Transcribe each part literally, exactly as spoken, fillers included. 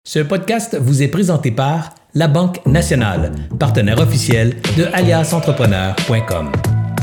Ce podcast vous est présenté par La Banque Nationale, partenaire officiel de alias entrepreneur point com.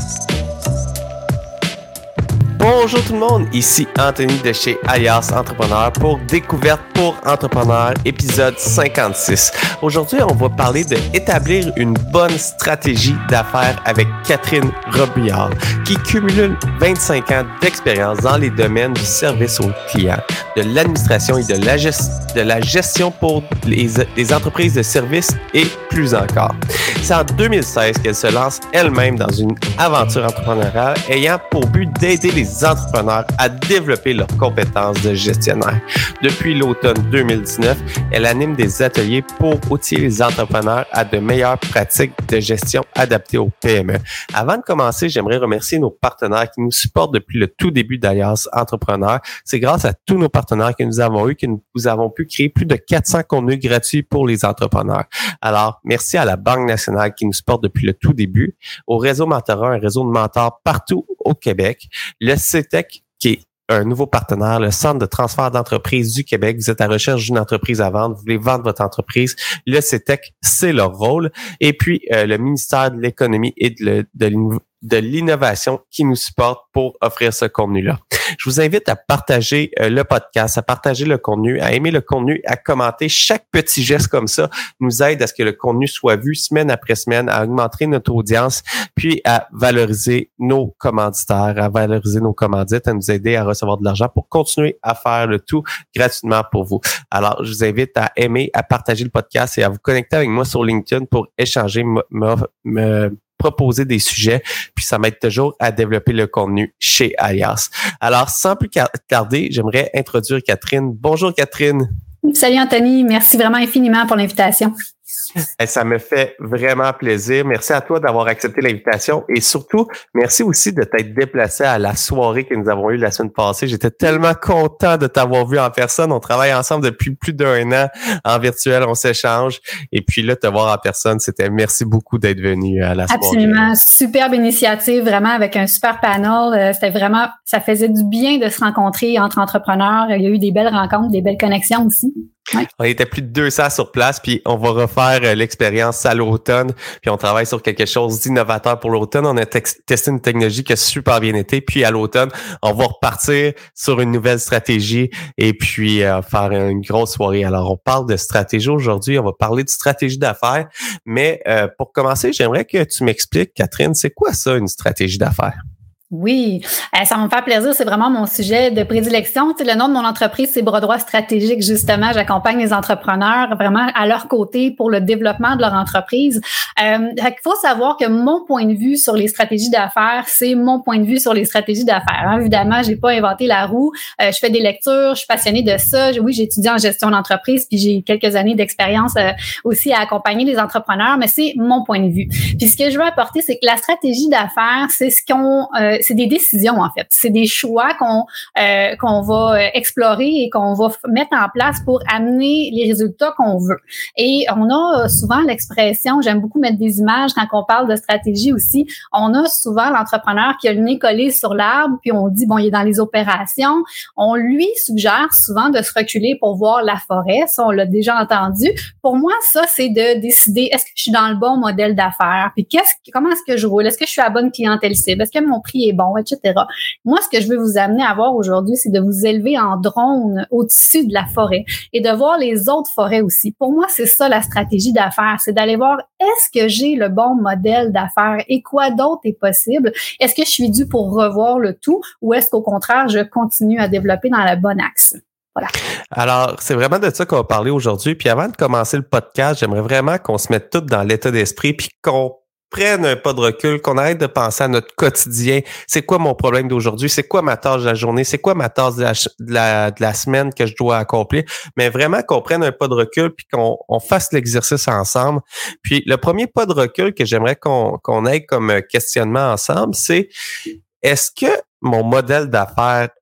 Bonjour tout le monde, ici Anthony de chez Alias Entrepreneur pour Découverte pour Entrepreneurs, épisode cinquante-six. Aujourd'hui, on va parler d'établir une bonne stratégie d'affaires avec Catherine Robillard, qui cumule vingt-cinq ans d'expérience dans les domaines du service aux clients, de l'administration et de la, gest- de la gestion pour les, les entreprises de services et plus encore. C'est en deux mille seize qu'elle se lance elle-même dans une aventure entrepreneuriale ayant pour but d'aider les entrepreneurs à développer leurs compétences de gestionnaire. Depuis l'automne deux mille dix-neuf, elle anime des ateliers pour outiller les entrepreneurs à de meilleures pratiques de gestion adaptées aux P M E. Avant de commencer, j'aimerais remercier nos partenaires qui nous supportent depuis le tout début d'Alias Entrepreneur. C'est grâce à tous nos partenaires que nous avons eu que nous avons pu créer plus de quatre cents contenus gratuits pour les entrepreneurs. Alors, merci à la Banque Nationale qui nous supporte depuis le tout début, au réseau Mentorat, un réseau de mentors partout au Québec, le C E T E C qui est un nouveau partenaire, le Centre de transfert d'entreprise du Québec. Vous êtes à la recherche d'une entreprise à vendre, vous voulez vendre votre entreprise, le C E T E C, c'est leur rôle. Et puis, euh, le ministère de l'Économie et de, de, de l'Innovation qui nous supporte pour offrir ce contenu-là. Je vous invite à partager euh, le podcast, à partager le contenu, à aimer le contenu, à commenter. Chaque petit geste comme ça nous aide à ce que le contenu soit vu semaine après semaine, à augmenter notre audience, puis à valoriser nos commanditaires, à valoriser nos commandites, à nous aider à recevoir de l'argent pour continuer à faire le tout gratuitement pour vous. Alors, je vous invite à aimer, à partager le podcast et à vous connecter avec moi sur LinkedIn pour échanger, me, me, me proposer des sujets, puis ça m'aide toujours à développer le contenu chez Alias. Alors, sans plus tarder, j'aimerais introduire Catherine. Bonjour Catherine. Salut Anthony, merci vraiment infiniment pour l'invitation. Et ça me fait vraiment plaisir. Merci à toi d'avoir accepté l'invitation et surtout, merci aussi de t'être déplacé à la soirée que nous avons eue la semaine passée. J'étais tellement content de t'avoir vu en personne. On travaille ensemble depuis plus d'un an en virtuel, on s'échange. Et puis là, te voir en personne, c'était merci beaucoup d'être venu à la soirée. Absolument, superbe initiative, vraiment avec un super panel. C'était vraiment, ça faisait du bien de se rencontrer entre entrepreneurs. Il y a eu des belles rencontres, des belles connexions aussi. Ouais. On était plus de deux cents sur place, puis on va refaire euh, l'expérience à l'automne, puis on travaille sur quelque chose d'innovateur pour l'automne. On a tex- testé une technologie qui a super bien été, puis à l'automne, on va repartir sur une nouvelle stratégie et puis euh, faire une grosse soirée. Alors, on parle de stratégie aujourd'hui, on va parler de stratégie d'affaires, mais euh, pour commencer, j'aimerais que tu m'expliques, Catherine, c'est quoi ça, une stratégie d'affaires? Oui, euh, ça va me faire plaisir. C'est vraiment mon sujet de prédilection. Tu sais, le nom de mon entreprise, c'est Bras droit stratégique. Justement, j'accompagne les entrepreneurs vraiment à leur côté pour le développement de leur entreprise. Euh, il faut savoir que mon point de vue sur les stratégies d'affaires, c'est mon point de vue sur les stratégies d'affaires. Hein. Évidemment, j'ai pas inventé la roue. Euh, je fais des lectures, je suis passionnée de ça. Oui, j'ai étudié en gestion d'entreprise, puis j'ai quelques années d'expérience euh, aussi à accompagner les entrepreneurs, mais c'est mon point de vue. Puis ce que je veux apporter, c'est que la stratégie d'affaires, c'est ce qu'on euh, c'est des décisions, en fait. C'est des choix qu'on euh, qu'on va explorer et qu'on va mettre en place pour amener les résultats qu'on veut. Et on a souvent l'expression, j'aime beaucoup mettre des images quand on parle de stratégie aussi, on a souvent l'entrepreneur qui a le nez collé sur l'arbre, puis on dit, bon, il est dans les opérations. On lui suggère souvent de se reculer pour voir la forêt. Ça, on l'a déjà entendu. Pour moi, ça, c'est de décider, est-ce que je suis dans le bon modèle d'affaires? Puis qu'est-ce, comment est-ce que je roule? Est-ce que je suis à la bonne clientèle cible? Est-ce que mon prix est bon, et cetera. Moi, ce que je veux vous amener à voir aujourd'hui, c'est de vous élever en drone au-dessus de la forêt et de voir les autres forêts aussi. Pour moi, c'est ça la stratégie d'affaires, c'est d'aller voir est-ce que j'ai le bon modèle d'affaires et quoi d'autre est possible? Est-ce que je suis due pour revoir le tout ou est-ce qu'au contraire, je continue à développer dans le bon axe? Voilà. Alors, c'est vraiment de ça qu'on va parler aujourd'hui. Puis avant de commencer le podcast, j'aimerais vraiment qu'on se mette tous dans l'état d'esprit puis qu'on prenne un pas de recul, qu'on arrête de penser à notre quotidien. C'est quoi mon problème d'aujourd'hui? C'est quoi ma tâche de la journée? C'est quoi ma tâche de la, de la, de la semaine que je dois accomplir? Mais vraiment qu'on prenne un pas de recul puis qu'on on fasse l'exercice ensemble. Puis le premier pas de recul que j'aimerais qu'on, qu'on ait comme questionnement ensemble, c'est est-ce que mon modèle d'affaires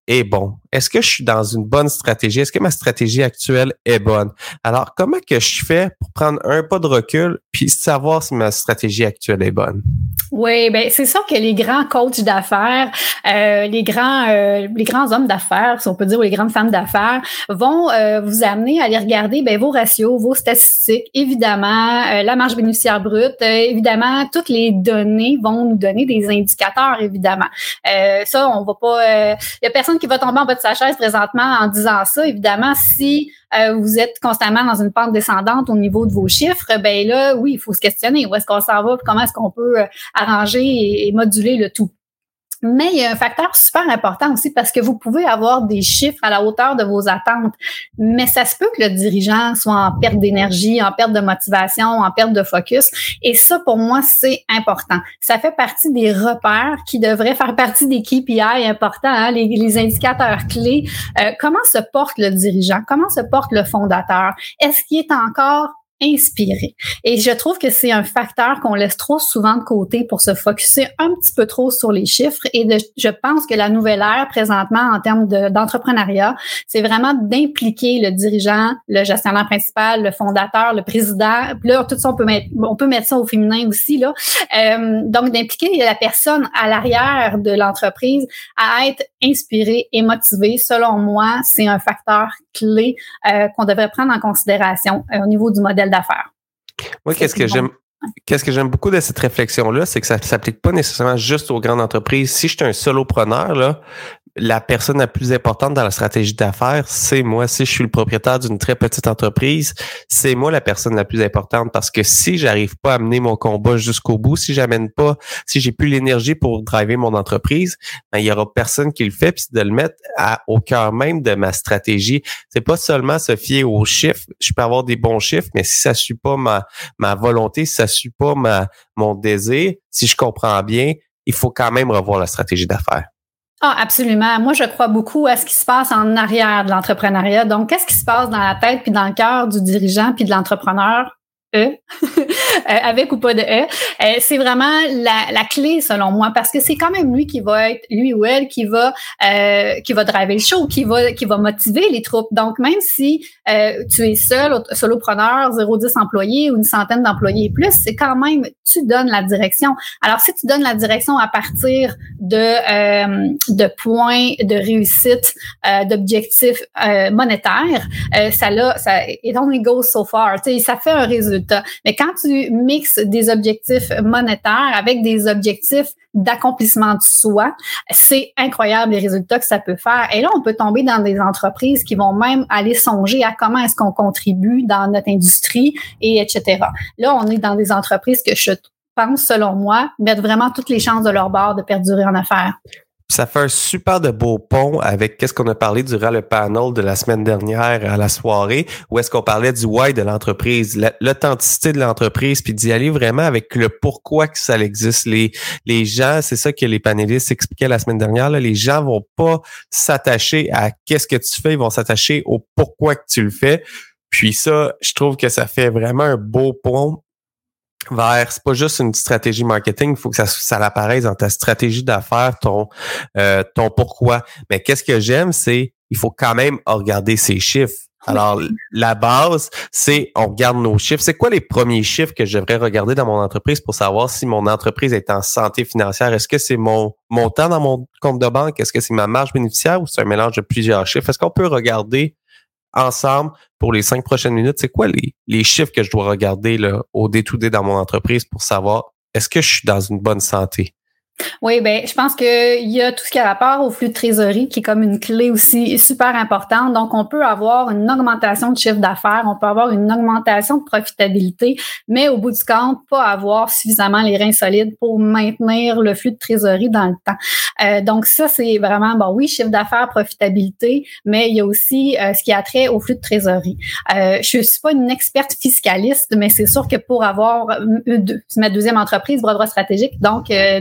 est bon? Est-ce que je suis dans une bonne stratégie? Est-ce que ma stratégie actuelle est bonne? Alors, comment que je fais pour prendre un pas de recul puis savoir si ma stratégie actuelle est bonne? Oui, ben c'est sûr que les grands coachs d'affaires, euh, les grands euh, les grands hommes d'affaires, si on peut dire, ou les grandes femmes d'affaires, vont euh, vous amener à aller regarder ben, vos ratios, vos statistiques, évidemment, euh, la marge bénéficiaire brute, euh, évidemment, toutes les données vont nous donner des indicateurs, évidemment. Euh, ça, on va pas... Il euh, y a personne qui va tomber en bas de sa chaise présentement en disant ça. Évidemment, si euh, vous êtes constamment dans une pente descendante au niveau de vos chiffres, ben là, oui, il faut se questionner. Où est-ce qu'on s'en va? Comment est-ce qu'on peut euh, arranger et, et moduler le tout? Mais il y a un facteur super important aussi parce que vous pouvez avoir des chiffres à la hauteur de vos attentes, mais ça se peut que le dirigeant soit en perte d'énergie, en perte de motivation, en perte de focus. Et ça, pour moi, c'est important. Ça fait partie des repères qui devraient faire partie des K P I importants, hein, les, les indicateurs clés. Euh, comment se porte le dirigeant? Comment se porte le fondateur? Est-ce qu'il est encore inspiré? Et je trouve que c'est un facteur qu'on laisse trop souvent de côté pour se focusser un petit peu trop sur les chiffres. Et de, je pense que la nouvelle ère présentement en termes de, d'entrepreneuriat, c'est vraiment d'impliquer le dirigeant, le gestionnaire principal, le fondateur, le président. Puis là, tout ça, on peut mettre, on peut mettre ça au féminin aussi, là. Euh, donc, d'impliquer la personne à l'arrière de l'entreprise à être inspirée et motivée. Selon moi, c'est un facteur clé euh, qu'on devrait prendre en considération euh, au niveau du modèle d'affaires. Moi, qu'est-ce que j'aime, qu'est-ce que j'aime beaucoup de cette réflexion-là, c'est que ça ne s'applique pas nécessairement juste aux grandes entreprises. Si je suis un solopreneur, là, la personne la plus importante dans la stratégie d'affaires, c'est moi. Si je suis le propriétaire d'une très petite entreprise, c'est moi la personne la plus importante parce que si j'arrive pas à mener mon combat jusqu'au bout, si j'amène pas, si j'ai plus l'énergie pour driver mon entreprise, ben, il y aura personne qui le fait, puis c'est de le mettre à, au cœur même de ma stratégie. C'est pas seulement se fier aux chiffres. Je peux avoir des bons chiffres, mais si ça suit pas ma, ma volonté, si ça suit pas ma, mon désir, si je comprends bien, il faut quand même revoir la stratégie d'affaires. Ah, absolument. Moi, je crois beaucoup à ce qui se passe en arrière de l'entrepreneuriat. Donc, qu'est-ce qui se passe dans la tête puis dans le cœur du dirigeant puis de l'entrepreneur? E, avec ou pas de E, euh, c'est vraiment la, la clé selon moi parce que c'est quand même lui qui va être, lui ou elle qui va euh, qui va driver le show, qui va qui va motiver les troupes. Donc même si euh, tu es seul, solopreneur, zéro dix employés ou une centaine d'employés et plus, c'est quand même tu donnes la direction. Alors si tu donnes la direction à partir de euh, de points de réussite, euh, d'objectifs euh, monétaires, euh, ça là, ça it only goes so far. Tu sais, ça fait un résultat. Mais quand tu mixes des objectifs monétaires avec des objectifs d'accomplissement de soi, c'est incroyable les résultats que ça peut faire. Et là, on peut tomber dans des entreprises qui vont même aller songer à comment est-ce qu'on contribue dans notre industrie et et cetera. Là, on est dans des entreprises que je pense, selon moi, mettent vraiment toutes les chances de leur bord de perdurer en affaires. Ça fait un super de beau pont avec qu'est-ce qu'on a parlé durant le panel de la semaine dernière à la soirée, où est-ce qu'on parlait du why de l'entreprise, l'authenticité de l'entreprise, puis d'y aller vraiment avec le pourquoi que ça existe. Les les gens, c'est ça que les panélistes expliquaient la semaine dernière, là, les gens vont pas s'attacher à qu'est-ce que tu fais, ils vont s'attacher au pourquoi que tu le fais. Puis ça, je trouve que ça fait vraiment un beau pont vers, c'est pas juste une stratégie marketing, il faut que ça, ça apparaisse dans ta stratégie d'affaires, ton, euh, ton pourquoi. Mais qu'est-ce que j'aime, c'est, il faut quand même regarder ces chiffres. Alors, la base, c'est, on regarde nos chiffres. C'est quoi les premiers chiffres que je devrais regarder dans mon entreprise pour savoir si mon entreprise est en santé financière? Est-ce que c'est mon montant dans mon compte de banque? Est-ce que c'est ma marge bénéficiaire ou c'est un mélange de plusieurs chiffres? Est-ce qu'on peut regarder ensemble pour les cinq prochaines minutes, c'est quoi les, les chiffres que je dois regarder là, au day-to-day dans mon entreprise pour savoir est-ce que je suis dans une bonne santé? Oui, ben, je pense qu'il y a tout ce qui a rapport au flux de trésorerie qui est comme une clé aussi super importante. Donc, on peut avoir une augmentation de chiffre d'affaires, on peut avoir une augmentation de profitabilité, mais au bout du compte, pas avoir suffisamment les reins solides pour maintenir le flux de trésorerie dans le temps. Euh, donc, ça, c'est vraiment, bon, oui, chiffre d'affaires, profitabilité, mais il y a aussi euh, ce qui a trait au flux de trésorerie. Euh, je suis pas une experte fiscaliste, mais c'est sûr que pour avoir, euh, c'est ma deuxième entreprise, bras droit stratégique, donc, euh, donc j'ai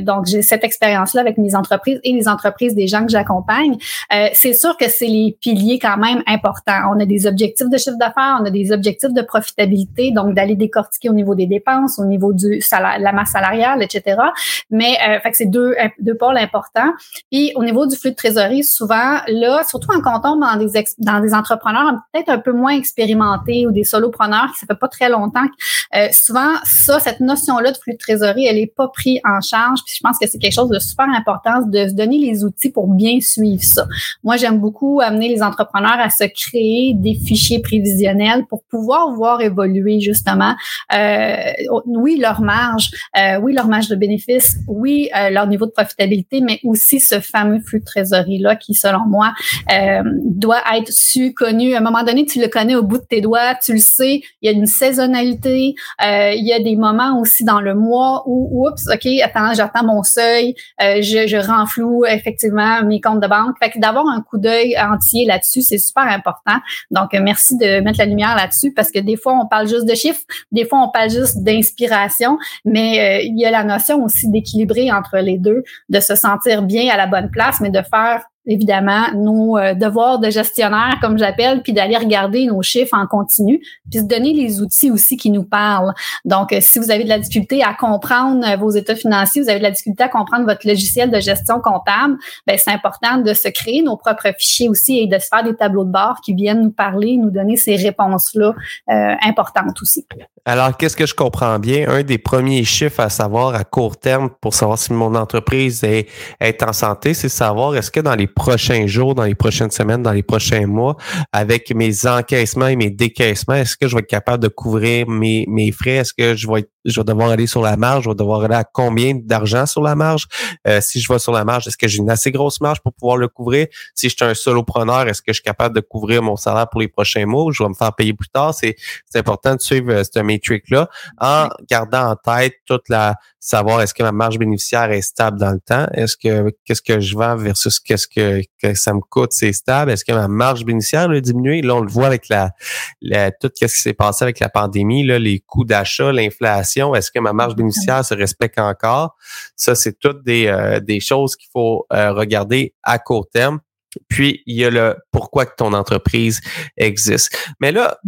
cette expérience-là avec mes entreprises et les entreprises des gens que j'accompagne, euh, c'est sûr que c'est les piliers quand même importants. On a des objectifs de chiffre d'affaires, on a des objectifs de profitabilité, donc d'aller décortiquer au niveau des dépenses, au niveau du salaire, la masse salariale, et cetera. Mais euh, fait que c'est deux, deux pôles importants. Puis au niveau du flux de trésorerie, souvent, là, surtout quand on tombe dans des, ex, dans des entrepreneurs peut-être un peu moins expérimentés ou des solopreneurs qui ça fait pas très longtemps, euh, souvent, ça, cette notion-là de flux de trésorerie, elle est pas prise en charge. Puis je pense que c'est quelque chose de super important de se donner les outils pour bien suivre ça. Moi, j'aime beaucoup amener les entrepreneurs à se créer des fichiers prévisionnels pour pouvoir voir évoluer justement, euh, oui, leur marge, euh, oui, leur marge de bénéfice, oui, euh, leur niveau de profitabilité, mais aussi ce fameux flux de trésorerie-là qui, selon moi, euh, doit être su, connu. À un moment donné, tu le connais au bout de tes doigts, tu le sais, il y a une saisonnalité, euh, il y a des moments aussi dans le mois où, oups, OK, attends, j'attends mon seuil, euh, je, je renfloue effectivement mes comptes de banque. Fait que d'avoir un coup d'œil entier là-dessus, c'est super important. Donc, merci de mettre la lumière là-dessus parce que des fois, on parle juste de chiffres, des fois, on parle juste d'inspiration, mais euh, il y a la notion aussi d'équilibrer entre les deux, de se sentir bien à la bonne place, mais de faire évidemment nos euh, devoirs de gestionnaire, comme j'appelle, puis d'aller regarder nos chiffres en continu, puis se donner les outils aussi qui nous parlent. Donc, euh, si vous avez de la difficulté à comprendre euh, vos états financiers, vous avez de la difficulté à comprendre votre logiciel de gestion comptable, ben c'est important de se créer nos propres fichiers aussi et de se faire des tableaux de bord qui viennent nous parler, nous donner ces réponses-là euh, importantes aussi. Alors, qu'est-ce que je comprends bien? Un des premiers chiffres à savoir à court terme pour savoir si mon entreprise est, est en santé, c'est savoir est-ce que dans les prochains jours, dans les prochaines semaines, dans les prochains mois, avec mes encaissements et mes décaissements, est-ce que je vais être capable de couvrir mes, mes frais? Est-ce que je vais être, je vais devoir aller sur la marge? Je vais devoir aller à combien d'argent sur la marge? Euh, si je vais sur la marge, est-ce que j'ai une assez grosse marge pour pouvoir le couvrir? Si je suis un solopreneur, est-ce que je suis capable de couvrir mon salaire pour les prochains mois ou je vais me faire payer plus tard? C'est, c'est important de suivre euh, cette métrique-là en gardant en tête toute la, savoir est-ce que ma marge bénéficiaire est stable dans le temps? Est-ce que, qu'est-ce que je vends versus qu'est-ce que, que ça me coûte, c'est stable? Est-ce que ma marge bénéficiaire a diminué? Là, on le voit avec la, la tout ce qui s'est passé avec la pandémie, là, les coûts d'achat, l'inflation. Est-ce que ma marge bénéficiaire se respecte encore? Ça, c'est toutes des, euh, des choses qu'il faut euh, regarder à court terme. Puis, il y a le pourquoi que ton entreprise existe. Mais là,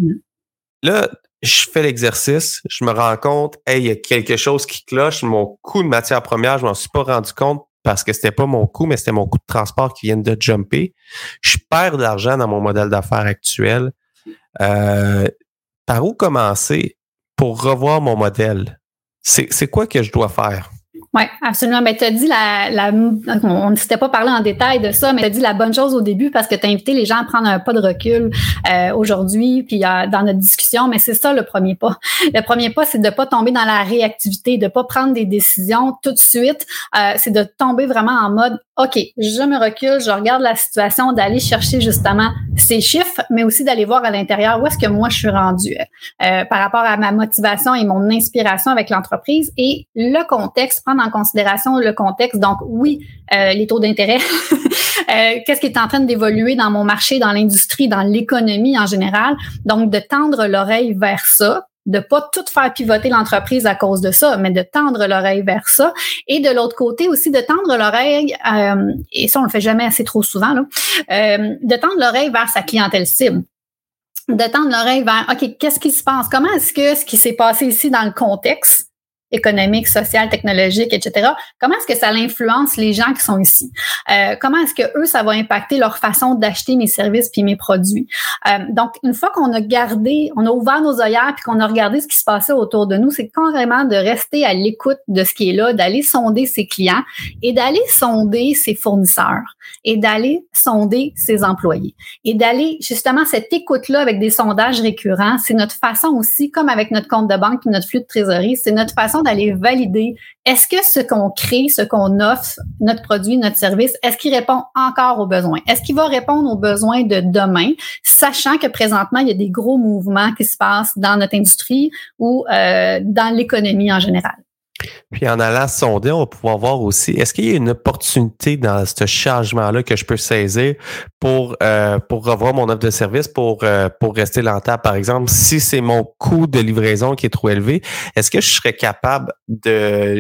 là, je fais l'exercice, je me rends compte, hey, il y a quelque chose qui cloche, mon coût de matière première, je m'en suis pas rendu compte parce que c'était pas mon coût, mais c'était mon coût de transport qui vient de jumper. Je perds de l'argent dans mon modèle d'affaires actuel. Euh, par où commencer pour revoir mon modèle? C'est, c'est quoi que je dois faire? Oui, absolument. Ben, tu as dit la, la on ne s'était pas parlé en détail de ça, mais tu as dit la bonne chose au début parce que tu as invité les gens à prendre un pas de recul euh, aujourd'hui, puis euh, dans notre discussion, mais c'est ça le premier pas. Le premier pas, c'est de pas tomber dans la réactivité, de pas prendre des décisions tout de suite. Euh, c'est de tomber vraiment en mode OK, je me recule, je regarde la situation, d'aller chercher justement ces chiffres, mais aussi d'aller voir à l'intérieur où est-ce que moi je suis rendue euh, par rapport à ma motivation et mon inspiration avec l'entreprise et le contexte, prendre en considération le contexte. Donc oui, euh, les taux d'intérêt, euh, qu'est-ce qui est en train d'évoluer dans mon marché, dans l'industrie, dans l'économie en général. Donc de tendre l'oreille vers ça, de pas tout faire pivoter l'entreprise à cause de ça, mais de tendre l'oreille vers ça. Et de l'autre côté aussi, de tendre l'oreille, euh, et ça, on le fait jamais assez trop souvent, là, euh, de tendre l'oreille vers sa clientèle cible. De tendre l'oreille vers, OK, qu'est-ce qui se passe? Comment est-ce que ce qui s'est passé ici dans le contexte économique, social, technologique, et cetera. Comment est-ce que ça influence les gens qui sont ici? Euh, comment est-ce que eux, ça va impacter leur façon d'acheter mes services puis mes produits? Euh, donc, une fois qu'on a gardé, on a ouvert nos œillères puis qu'on a regardé ce qui se passait autour de nous, c'est carrément de rester à l'écoute de ce qui est là, d'aller sonder ses clients et d'aller sonder ses fournisseurs et d'aller sonder ses employés et d'aller justement cette écoute-là avec des sondages récurrents. C'est notre façon aussi, comme avec notre compte de banque et notre flux de trésorerie, c'est notre façon d'aller valider est-ce que ce qu'on crée, ce qu'on offre, notre produit, notre service, est-ce qu'il répond encore aux besoins? Est-ce qu'il va répondre aux besoins de demain, sachant que présentement, il y a des gros mouvements qui se passent dans notre industrie ou euh, dans l'économie en général? Puis en allant sonder, on va pouvoir voir aussi, est-ce qu'il y a une opportunité dans ce changement-là que je peux saisir pour euh, pour revoir mon offre de service, pour euh, pour rester rentable, par exemple, si c'est mon coût de livraison qui est trop élevé, est-ce que je serais capable de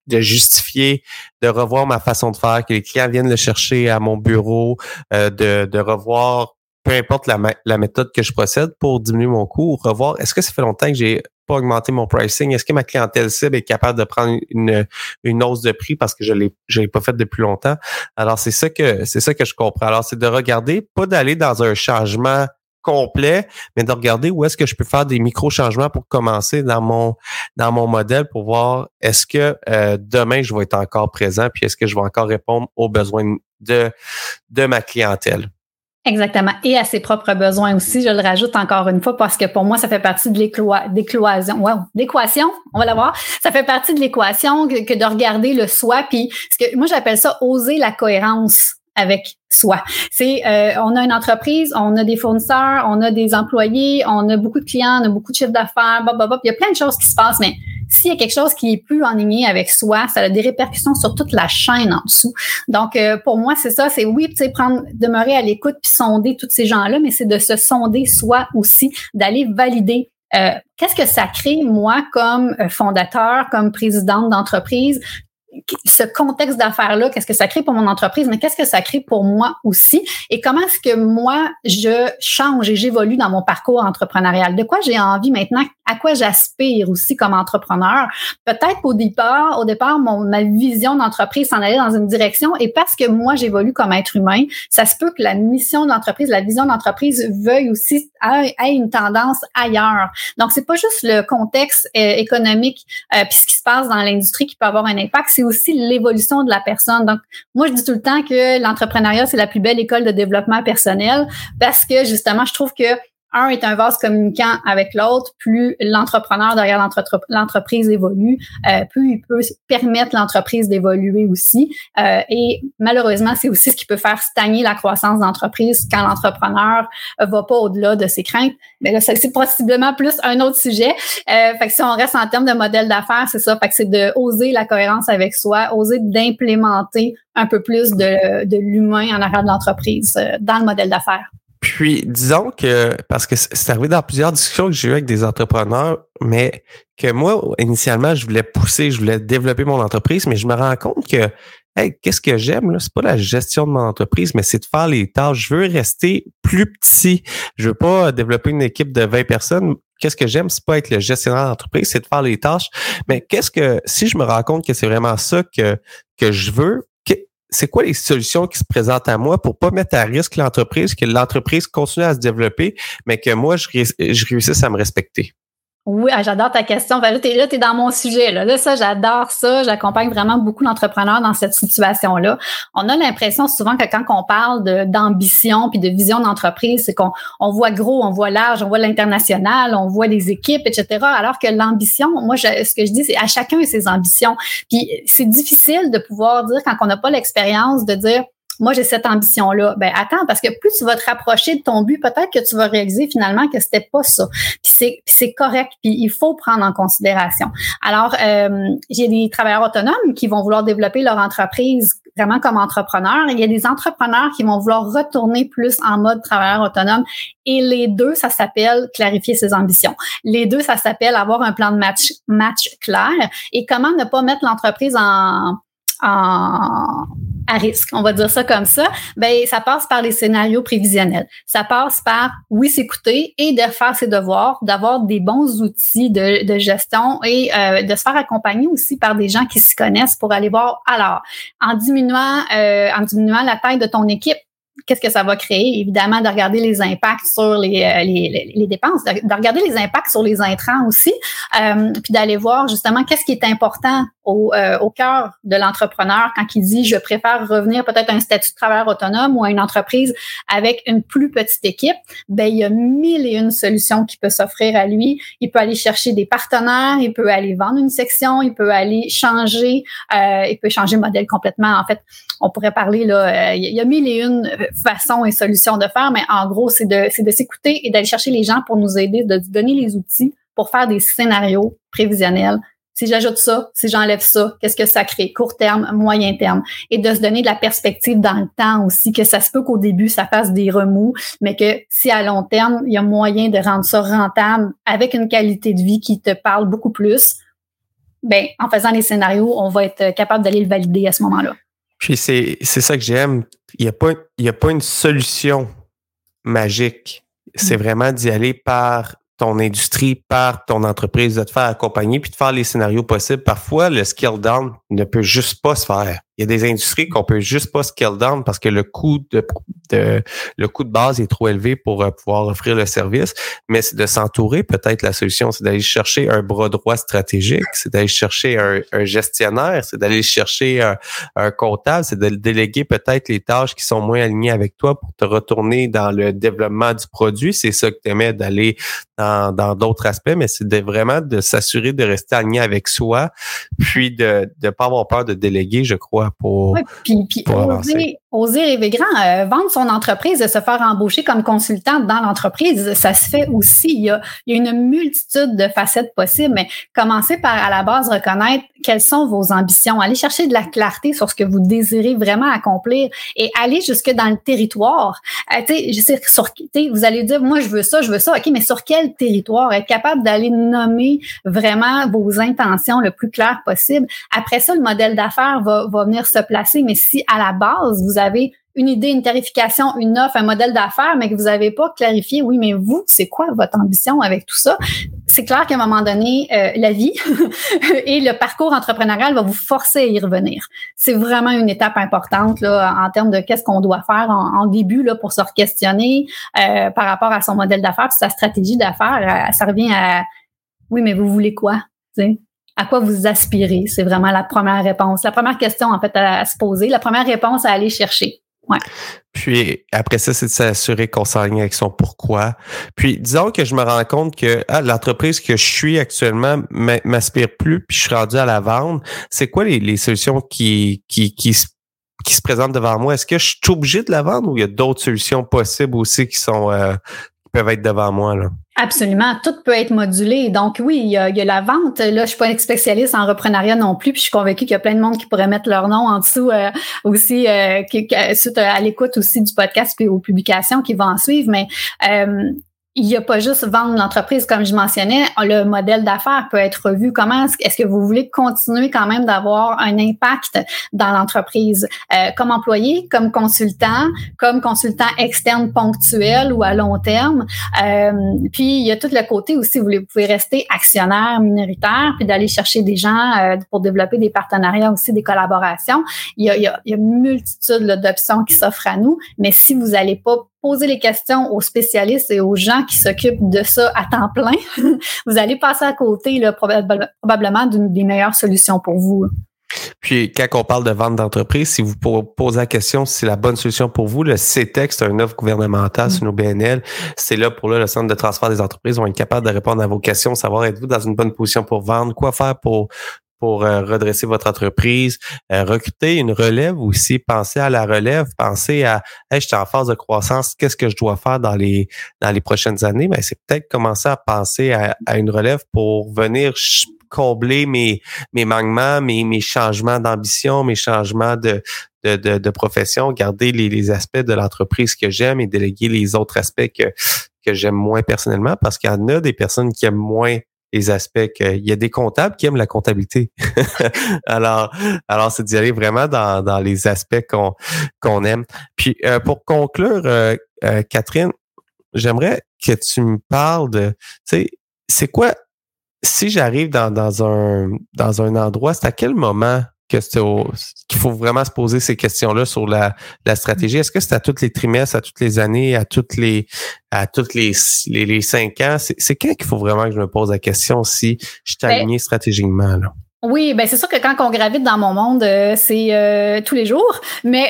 de justifier, de revoir ma façon de faire, que les clients viennent le chercher à mon bureau, euh, de, de revoir peu importe la, la méthode que je procède pour diminuer mon coût, revoir est-ce que ça fait longtemps que j'ai pas augmenté mon pricing, est-ce que ma clientèle cible est capable de prendre une, une hausse de prix parce que je l'ai je l'ai pas fait depuis longtemps. Alors c'est ça que c'est ça que je comprends. Alors c'est de regarder, pas d'aller dans un changement complet, mais de regarder où est-ce que je peux faire des micro-changements pour commencer dans mon dans mon modèle pour voir est-ce que euh, demain je vais être encore présent puis est-ce que je vais encore répondre aux besoins de de ma clientèle. Exactement. Et à ses propres besoins aussi, je le rajoute encore une fois parce que pour moi, ça fait partie de l'équation. Wow, l'équation, on va la voir. Ça fait partie de l'équation que, que de regarder le soi. Puis, ce que moi, j'appelle ça oser la cohérence avec soi. C'est, euh, on a une entreprise, on a des fournisseurs, on a des employés, on a beaucoup de clients, on a beaucoup de chiffres d'affaires, bop, bop, bop. Il y a plein de choses qui se passent, mais s'il y a quelque chose qui est plus en ligne avec soi, ça a des répercussions sur toute la chaîne en dessous. Donc, euh, pour moi, c'est ça, c'est oui, tu sais, prendre, demeurer à l'écoute puis sonder tous ces gens-là, mais c'est de se sonder soi aussi, d'aller valider euh, qu'est-ce que ça crée, moi, comme fondateur, comme présidente d'entreprise, ce contexte d'affaires-là, qu'est-ce que ça crée pour mon entreprise, mais qu'est-ce que ça crée pour moi aussi et comment est-ce que moi, je change et j'évolue dans mon parcours entrepreneurial. De quoi j'ai envie maintenant, à quoi j'aspire aussi comme entrepreneur. Peut-être qu'au départ, au départ, mon, ma vision d'entreprise s'en allait dans une direction et parce que moi, j'évolue comme être humain, ça se peut que la mission de l'entreprise, la vision de l'entreprise veuille aussi ait une tendance ailleurs. Donc, c'est pas juste le contexte euh, économique euh, puis ce qui se passe dans l'industrie qui peut avoir un impact, c'est aussi l'évolution de la personne. Donc, moi, je dis tout le temps que l'entrepreneuriat, c'est la plus belle école de développement personnel parce que, justement, je trouve que un est un vase communicant avec l'autre, plus l'entrepreneur derrière l'entre- l'entreprise évolue, euh, plus il peut permettre l'entreprise d'évoluer aussi. Euh, et malheureusement, c'est aussi ce qui peut faire stagner la croissance d'entreprise quand l'entrepreneur va pas au-delà de ses craintes. Mais là, c'est possiblement plus un autre sujet. Euh, fait que si on reste en termes de modèle d'affaires, c'est ça. Fait que c'est de oser la cohérence avec soi, oser d'implémenter un peu plus de, de l'humain en arrière de l'entreprise euh, dans le modèle d'affaires. Puis, disons que, parce que c'est arrivé dans plusieurs discussions que j'ai eues avec des entrepreneurs, mais que moi, initialement, je voulais pousser, je voulais développer mon entreprise, mais je me rends compte que, hey, qu'est-ce que j'aime, là? C'est pas la gestion de mon entreprise, mais c'est de faire les tâches. Je veux rester plus petit. Je veux pas développer une équipe de vingt personnes. Qu'est-ce que j'aime, c'est pas être le gestionnaire d'entreprise, c'est de faire les tâches. Mais qu'est-ce que, si je me rends compte que c'est vraiment ça que, que je veux, c'est quoi les solutions qui se présentent à moi pour pas mettre à risque l'entreprise, que l'entreprise continue à se développer, mais que moi, je, je réussisse à me respecter? Oui, j'adore ta question. Là, t'es là, t'es dans mon sujet. Là, là ça, j'adore ça. J'accompagne vraiment beaucoup d'entrepreneurs dans cette situation-là. On a l'impression souvent que quand on parle de, d'ambition puis de vision d'entreprise, c'est qu'on on voit gros, on voit large, on voit l'international, on voit les équipes, et cetera. Alors que l'ambition, moi, je, ce que je dis, c'est à chacun ses ambitions. Puis c'est difficile de pouvoir dire quand on n'a pas l'expérience de dire moi, j'ai cette ambition-là. Ben, attends, parce que plus tu vas te rapprocher de ton but, peut-être que tu vas réaliser finalement que c'était pas ça. Puis c'est, puis c'est correct, puis il faut prendre en considération. Alors, euh, j'ai des travailleurs autonomes qui vont vouloir développer leur entreprise vraiment comme entrepreneurs. Il y a des entrepreneurs qui vont vouloir retourner plus en mode travailleur autonome. Et les deux, ça s'appelle clarifier ses ambitions. Les deux, ça s'appelle avoir un plan de match, match clair. Et comment ne pas mettre l'entreprise en... en à risque, on va dire ça comme ça, ben ça passe par les scénarios prévisionnels. Ça passe par, oui, s'écouter et de faire ses devoirs, d'avoir des bons outils de, de gestion et euh, de se faire accompagner aussi par des gens qui s'y connaissent pour aller voir, alors, en diminuant, euh, en diminuant la taille de ton équipe, qu'est-ce que ça va créer? Évidemment, de regarder les impacts sur les, euh, les, les, les dépenses, de, de regarder les impacts sur les intrants aussi, euh, puis d'aller voir justement qu'est-ce qui est important au, euh, au cœur de l'entrepreneur quand il dit « je préfère revenir peut-être à un statut de travailleur autonome ou à une entreprise avec une plus petite équipe », ben il y a mille et une solutions qui peuvent s'offrir à lui. Il peut aller chercher des partenaires, il peut aller vendre une section, il peut aller changer, euh, il peut changer le modèle complètement. En fait, on pourrait parler, là, euh, il y a mille et une façons et solutions de faire, mais en gros, c'est de, c'est de s'écouter et d'aller chercher les gens pour nous aider, de donner les outils pour faire des scénarios prévisionnels. Si j'ajoute ça, si j'enlève ça, qu'est-ce que ça crée? Court terme, moyen terme. Et de se donner de la perspective dans le temps aussi, que ça se peut qu'au début, ça fasse des remous, mais que si à long terme, il y a moyen de rendre ça rentable avec une qualité de vie qui te parle beaucoup plus, ben, en faisant les scénarios, on va être capable d'aller le valider à ce moment-là. Puis c'est, c'est ça que j'aime. Il n'y a pas, il y a pas une solution magique. C'est mmh. vraiment d'y aller par ton industrie, par ton entreprise, de te faire accompagner puis de faire les scénarios possibles. Parfois, le scale down ne peut juste pas se faire. Il y a des industries qu'on peut juste pas scale down parce que le coût de, de le coût de base est trop élevé pour euh, pouvoir offrir le service. Mais c'est de s'entourer, peut-être la solution, c'est d'aller chercher un bras droit stratégique, c'est d'aller chercher un, un gestionnaire, c'est d'aller chercher un, un comptable, c'est de déléguer peut-être les tâches qui sont moins alignées avec toi pour te retourner dans le développement du produit. C'est ça que tu aimais, d'aller dans, dans d'autres aspects, mais c'est de vraiment de s'assurer de rester aligné avec soi, puis de ne pas avoir peur de déléguer, je crois, pour, oui, puis, puis pour oser, avancer. Oser rêver grand, euh, vendre son entreprise, de se faire embaucher comme consultante dans l'entreprise, ça se fait aussi. Il y a, il y a une multitude de facettes possibles, mais commencez par, à la base, reconnaître quelles sont vos ambitions. Allez chercher de la clarté sur ce que vous désirez vraiment accomplir et aller jusque dans le territoire. Euh, tu sais, je sais, sur, vous allez dire, moi, je veux ça, je veux ça. OK, mais sur quel territoire? Être capable d'aller nommer vraiment vos intentions le plus clair possible. Après ça, le modèle d'affaires va, va venir se placer, mais si à la base, vous avez une idée, une tarification, une offre, un modèle d'affaires, mais que vous n'avez pas clarifié, oui, mais vous, c'est quoi votre ambition avec tout ça? C'est clair qu'à un moment donné, euh, la vie et le parcours entrepreneurial va vous forcer à y revenir. C'est vraiment une étape importante là, en termes de qu'est-ce qu'on doit faire en, en début là, pour se re-questionner euh, par rapport à son modèle d'affaires, sa stratégie d'affaires. Euh, ça revient à, oui, mais vous voulez quoi? T'sais? À quoi vous aspirez? C'est vraiment la première réponse. La première question, en fait, à, à se poser. La première réponse à aller chercher. Ouais. Puis après ça, c'est de s'assurer qu'on s'aligne avec son pourquoi. Puis disons que je me rends compte que ah, l'entreprise que je suis actuellement m'aspire plus, puis je suis rendu à la vendre. C'est quoi les, les solutions qui, qui, qui, se, qui se présentent devant moi? Est-ce que je suis obligé de la vendre ou il y a d'autres solutions possibles aussi qui sont euh, qui peuvent être devant moi là? Absolument, tout peut être modulé. Donc oui, il y a, il y a la vente. Là, je suis pas une spécialiste en reprenariat non plus, puis je suis convaincue qu'il y a plein de monde qui pourrait mettre leur nom en dessous euh, aussi, euh, qui, qui, suite à l'écoute aussi du podcast puis aux publications qui vont en suivre. Mais euh, il n'y a pas juste vendre l'entreprise, comme je mentionnais, le modèle d'affaires peut être revu. Comment est-ce, est-ce que vous voulez continuer quand même d'avoir un impact dans l'entreprise, euh, comme employé, comme consultant, comme consultant externe ponctuel ou à long terme. Euh, puis il y a tout le côté aussi, vous pouvez rester actionnaire minoritaire, puis d'aller chercher des gens euh, pour développer des partenariats aussi, des collaborations. Il y a, il y a, il y a une multitude là, d'options qui s'offrent à nous, mais si vous n'allez pas poser les questions aux spécialistes et aux gens qui s'occupent de ça à temps plein, vous allez passer à côté là, probab- probablement d'une des meilleures solutions pour vous. Puis, quand on parle de vente d'entreprise, si vous posez la question si c'est la bonne solution pour vous, le C T E C, c'est une offre gouvernementale mmh. sur nos B N L. C'est là pour là, le Centre de transfert des entreprises vont être capables de répondre à vos questions, savoir êtes-vous dans une bonne position pour vendre, quoi faire pour pour euh, redresser votre entreprise, euh, recruter une relève aussi, penser à la relève, penser à hey, je suis en phase de croissance, qu'est-ce que je dois faire dans les dans les prochaines années? Ben, c'est peut-être commencer à penser à, à une relève pour venir ch- combler mes mes manquements, mes mes changements d'ambition, mes changements de de de, de profession, garder les, les aspects de l'entreprise que j'aime et déléguer les autres aspects que que j'aime moins personnellement, parce qu'il y en a des personnes qui aiment moins les aspects que il y a des comptables qui aiment la comptabilité. alors alors c'est d'y aller vraiment dans dans les aspects qu'on qu'on aime. Puis euh, pour conclure euh, euh, Catherine, j'aimerais que tu me parles de tu sais c'est quoi si j'arrive dans dans un dans un endroit, c'est à quel moment que c'est au, qu'il faut vraiment se poser ces questions-là sur la, la stratégie? Est-ce que c'est à tous les trimestres, à toutes les années, à toutes les à toutes les les, les cinq ans? C'est, c'est quand qu'il faut vraiment que je me pose la question si je suis aligné stratégiquement là? Oui, ben c'est sûr que quand on gravite dans mon monde, euh, c'est euh, tous les jours, mais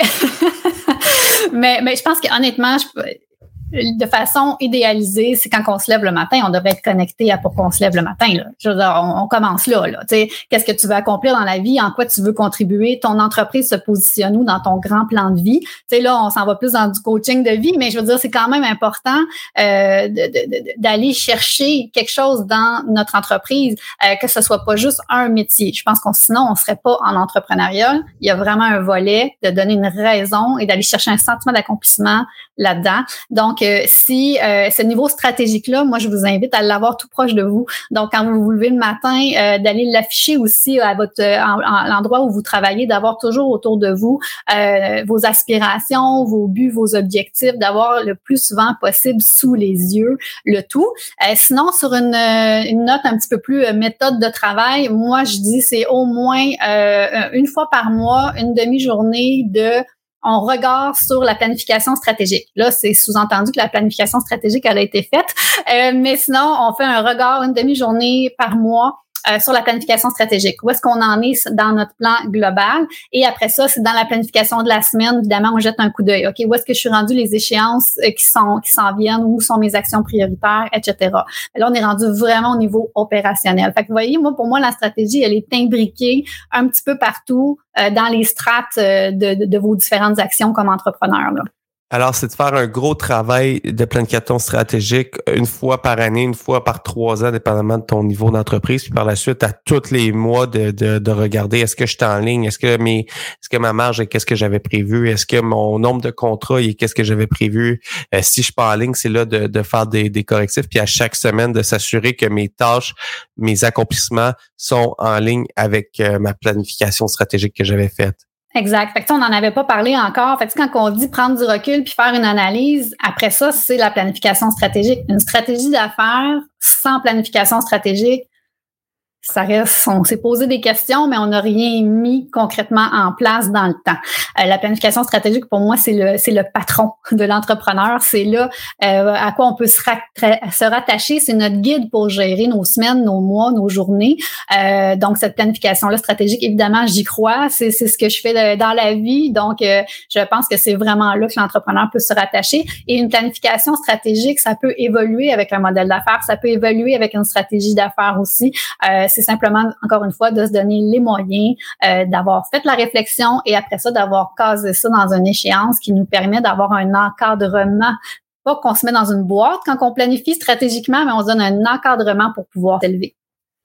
mais mais je pense que honnêtement, je peux de façon idéalisée, c'est quand on se lève le matin, on devrait être connecté à pourquoi on se lève le matin. Là. Je veux dire, on, on commence là. là. Tu sais, qu'est-ce que tu veux accomplir dans la vie? En quoi tu veux contribuer? Ton entreprise se positionne où dans ton grand plan de vie? Tu sais, là, on s'en va plus dans du coaching de vie, mais je veux dire, c'est quand même important euh, de, de, de, d'aller chercher quelque chose dans notre entreprise, euh, que ce soit pas juste un métier. Je pense qu'on sinon, on serait pas en entrepreneuriat. Il y a vraiment un volet de donner une raison et d'aller chercher un sentiment d'accomplissement là-dedans. Donc, Donc, euh, si euh, ce niveau stratégique-là, moi, je vous invite à l'avoir tout proche de vous. Donc, quand vous vous levez le matin, euh, d'aller l'afficher aussi à votre en, en, l'endroit où vous travaillez, d'avoir toujours autour de vous euh, vos aspirations, vos buts, vos objectifs, d'avoir le plus souvent possible sous les yeux le tout. Euh, sinon, sur une, une note un petit peu plus euh, méthode de travail, moi, je dis c'est au moins euh, une fois par mois, une demi-journée de on regarde sur la planification stratégique. Là, c'est sous-entendu que la planification stratégique, elle a été faite. Euh, mais sinon, on fait un regard, une demi-journée par mois euh, sur la planification stratégique. Où est-ce qu'on en est dans notre plan global? Et après ça, c'est dans la planification de la semaine. Évidemment, on jette un coup d'œil. OK, où est-ce que je suis rendu les échéances euh, qui sont qui s'en viennent? Où sont mes actions prioritaires, et cetera. Là, on est rendu vraiment au niveau opérationnel. Fait que vous voyez, moi, pour moi, la stratégie, elle est imbriquée un petit peu partout euh, dans les strates euh, de, de, de vos différentes actions comme entrepreneur, là. Alors, c'est de faire un gros travail de planification stratégique une fois par année, une fois par trois ans, dépendamment de ton niveau d'entreprise. Puis par la suite, à tous les mois, de, de, de regarder est-ce que je suis en ligne, est-ce que mes, est-ce que ma marge est qu'est-ce que j'avais prévu, est-ce que mon nombre de contrats est qu'est-ce que j'avais prévu. Euh, si je suis pas en ligne, c'est là de, de faire des, des correctifs. Puis à chaque semaine, de s'assurer que mes tâches, mes accomplissements sont en ligne avec euh, ma planification stratégique que j'avais faite. Exact. Fait que, on n'en avait pas parlé encore. Fait que, quand on dit prendre du recul puis faire une analyse, après ça, c'est la planification stratégique. Une stratégie d'affaires sans planification stratégique, ça reste, on s'est posé des questions, mais on n'a rien mis concrètement en place dans le temps. Euh, la planification stratégique, pour moi, c'est le c'est le patron de l'entrepreneur. C'est là euh, à quoi on peut se, ra- se rattacher. C'est notre guide pour gérer nos semaines, nos mois, nos journées. Euh, donc, cette planification-là stratégique, évidemment, j'y crois. C'est, c'est ce que je fais de, dans la vie. Donc, euh, je pense que c'est vraiment là que l'entrepreneur peut se rattacher. Et une planification stratégique, ça peut évoluer avec un modèle d'affaires. Ça peut évoluer avec une stratégie d'affaires aussi. Euh, c'est simplement, encore une fois, de se donner les moyens euh, d'avoir fait la réflexion et après ça, d'avoir casé ça dans une échéance qui nous permet d'avoir un encadrement. Pas qu'on se met dans une boîte quand on planifie stratégiquement, mais on se donne un encadrement pour pouvoir s'élever.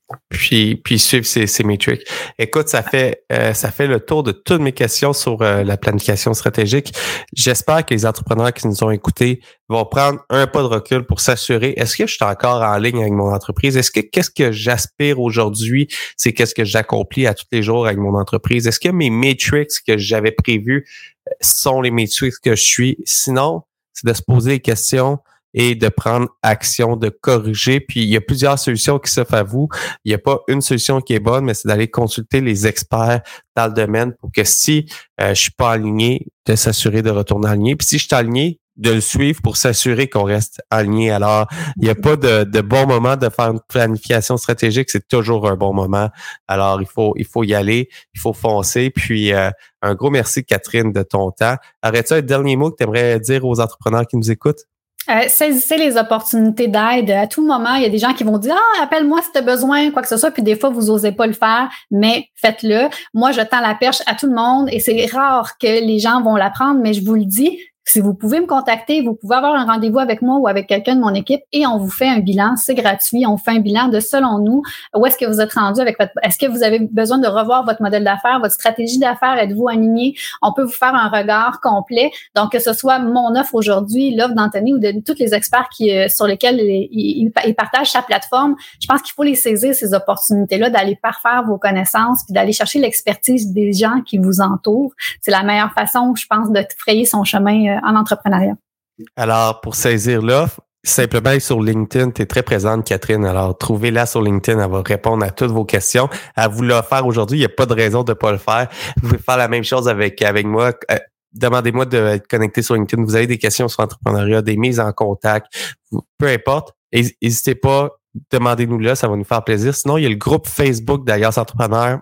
Puis, puis suivre ces, ces métriques. Écoute, ça fait euh, ça fait le tour de toutes mes questions sur euh, la planification stratégique. J'espère que les entrepreneurs qui nous ont écoutés vont prendre un pas de recul pour s'assurer, est-ce que je suis encore en ligne avec mon entreprise? Est-ce que qu'est-ce que j'aspire aujourd'hui? C'est qu'est-ce que j'accomplis à tous les jours avec mon entreprise? Est-ce que mes metrics que j'avais prévus sont les metrics que je suis? Sinon, c'est de se poser des questions et de prendre action, de corriger. Puis, il y a plusieurs solutions qui s'offrent à vous. Il n'y a pas une solution qui est bonne, mais c'est d'aller consulter les experts dans le domaine pour que si euh, je suis pas aligné, de s'assurer de retourner aligné. Puis, si je suis aligné, de le suivre pour s'assurer qu'on reste aligné. Alors, il n'y a pas de, de bon moment de faire une planification stratégique. C'est toujours un bon moment. Alors, il faut il faut y aller, il faut foncer. Puis, euh, un gros merci, Catherine, de ton temps. Aurais-tu un dernier mot que tu aimerais dire aux entrepreneurs qui nous écoutent? Euh, saisissez les opportunités d'aide. À tout moment, il y a des gens qui vont dire « Ah, appelle-moi si tu as besoin, quoi que ce soit », puis des fois, vous osez pas le faire, mais faites-le. Moi, je tends la perche à tout le monde et c'est rare que les gens vont la prendre, mais je vous le dis, si vous pouvez me contacter, vous pouvez avoir un rendez-vous avec moi ou avec quelqu'un de mon équipe et on vous fait un bilan. C'est gratuit. On fait un bilan de, selon nous, où est-ce que vous êtes rendu avec votre... Est-ce que vous avez besoin de revoir votre modèle d'affaires, votre stratégie d'affaires? Êtes-vous aligné? On peut vous faire un regard complet. Donc, que ce soit mon offre aujourd'hui, l'offre d'Anthony ou de tous les experts qui euh, sur lesquels ils, ils, ils partagent sa plateforme, je pense qu'il faut les saisir, ces opportunités-là, d'aller parfaire vos connaissances puis d'aller chercher l'expertise des gens qui vous entourent. C'est la meilleure façon, je pense, de frayer son chemin euh, en entrepreneuriat. Alors, pour saisir l'offre, simplement sur LinkedIn, tu es très présente, Catherine. Alors, trouvez-la sur LinkedIn. Elle va répondre à toutes vos questions. Elle vous l'a offert aujourd'hui. Il n'y a pas de raison de ne pas le faire. Vous pouvez faire la même chose avec, avec moi. Euh, demandez-moi d'être connecté sur LinkedIn. Vous avez des questions sur l'entrepreneuriat, des mises en contact, peu importe. N'hésitez pas, demandez-nous là. Ça va nous faire plaisir. Sinon, il y a le groupe Facebook d'Alias Entrepreneurs.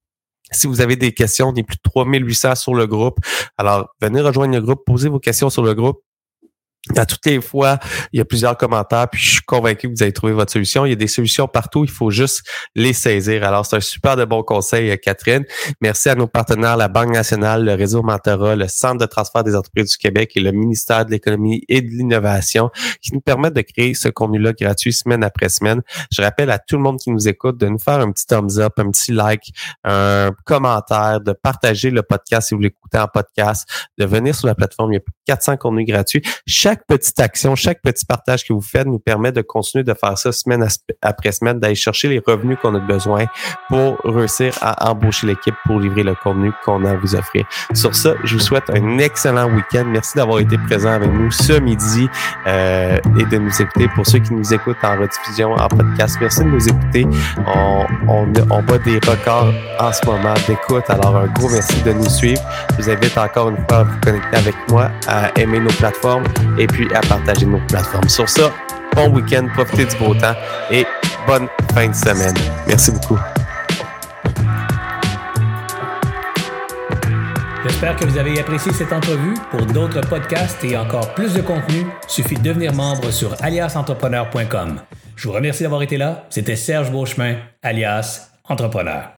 Si vous avez des questions, on est plus de trois mille huit cents sur le groupe. Alors, venez rejoindre le groupe, posez vos questions sur le groupe. À toutes les fois, il y a plusieurs commentaires, puis je suis convaincu que vous allez trouver votre solution. Il y a des solutions partout, il faut juste les saisir. Alors, c'est un super de bon conseil, Catherine. Merci à nos partenaires, la Banque nationale, le réseau Mentorat, le Centre de transfert des entreprises du Québec et le ministère de l'Économie et de l'Innovation qui nous permettent de créer ce contenu-là gratuit semaine après semaine. Je rappelle à tout le monde qui nous écoute de nous faire un petit thumbs up, un petit like, un commentaire, de partager le podcast si vous l'écoutez en podcast, de venir sur la plateforme. Il y a plus de quatre cents contenus gratuits. Chaque chaque petite action, chaque petit partage que vous faites nous permet de continuer de faire ça semaine après semaine, d'aller chercher les revenus qu'on a besoin pour réussir à embaucher l'équipe pour livrer le contenu qu'on a à vous offrir. Sur ça, je vous souhaite un excellent week-end. Merci d'avoir été présent avec nous ce midi euh, et de nous écouter. Pour ceux qui nous écoutent en rediffusion, en podcast, merci de nous écouter. On, on, on bat des records en ce moment d'écoute. Alors, un gros merci de nous suivre. Je vous invite encore une fois à vous connecter avec moi, à aimer nos plateformes et puis à partager nos plateformes. Sur ça, bon week-end, profitez du beau temps et bonne fin de semaine. Merci beaucoup. J'espère que vous avez apprécié cette entrevue. Pour d'autres podcasts et encore plus de contenu, suffit de devenir membre sur alias entrepreneur point com. Je vous remercie d'avoir été là. C'était Serge Beauchemin, alias Entrepreneur.